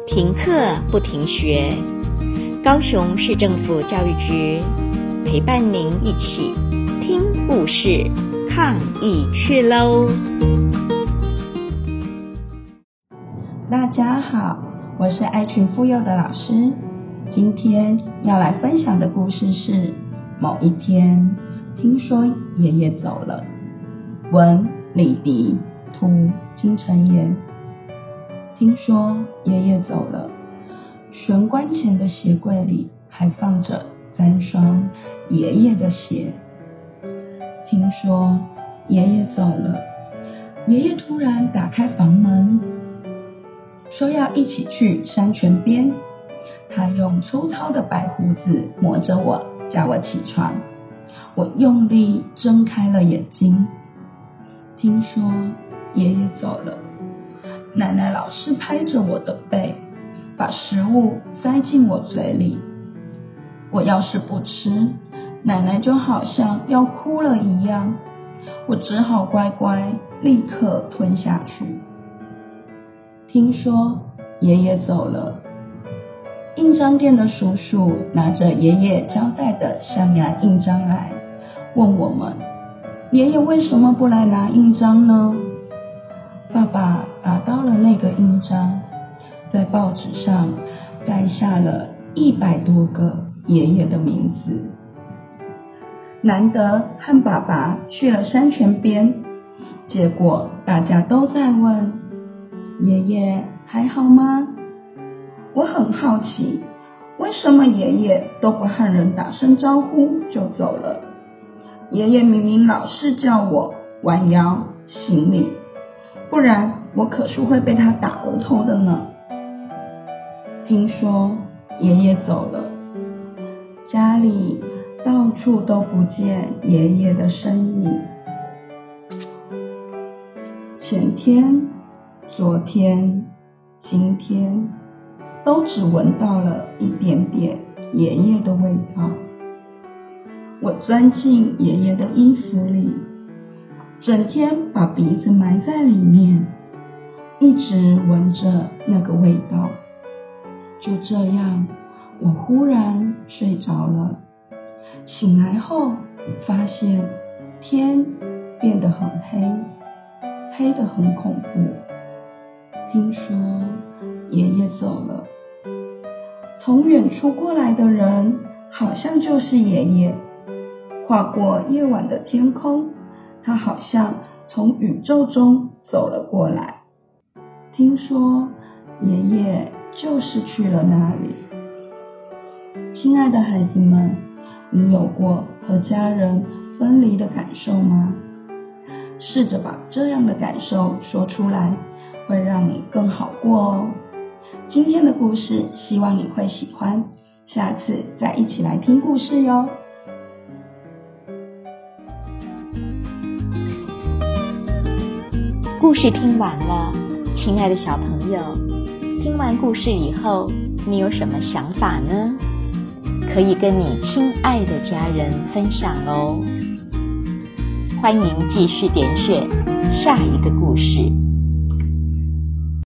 停课不停学，高雄市政府教育局陪伴您一起听故事，抗疫去喽！ 大家好，我是爱群妇幼的老师。今天要来分享的故事是某一天，听说爷爷走了。文李迪，图金城妍。听说爷爷走了，玄关前的鞋柜里还放着3双爷爷的鞋。听说爷爷走了，爷爷突然打开房门，说要一起去山泉边。他用粗糙的白胡子磨着我，叫我起床。我用力睁开了眼睛。听说爷爷走了，奶奶老是拍着我的背，把食物塞进我嘴里。我要是不吃，奶奶就好像要哭了一样，我只好乖乖立刻吞下去。听说爷爷走了，印章店的叔叔拿着爷爷交代的象牙印章来，问我们爷爷为什么不来拿印章呢？爸爸拿到了那个印章，在报纸上盖下了100多个爷爷的名字。难得和爸爸去了山泉边，结果大家都在问爷爷还好吗？我很好奇，为什么爷爷都不和人打声招呼就走了？爷爷明明老是叫我弯腰行礼，不然我可是会被他打额头的呢。听说爷爷走了，家里到处都不见爷爷的身影。前天、昨天、今天都只闻到了一点点爷爷的味道。我钻进爷爷的衣服里，整天把鼻子埋在里面，一直闻着那个味道。就这样，我忽然睡着了。醒来后，发现天变得很黑，黑得很恐怖。听说爷爷走了，从远处过来的人好像就是爷爷。跨过夜晚的天空，他好像从宇宙中走了过来。听说爷爷就是去了那里。亲爱的孩子们，你有过和家人分离的感受吗？试着把这样的感受说出来，会让你更好过哦。今天的故事希望你会喜欢，下次再一起来听故事哟。 故事听完了，亲爱的小朋友，听完故事以后，你有什么想法呢？可以跟你亲爱的家人分享哦。欢迎继续点选下一个故事。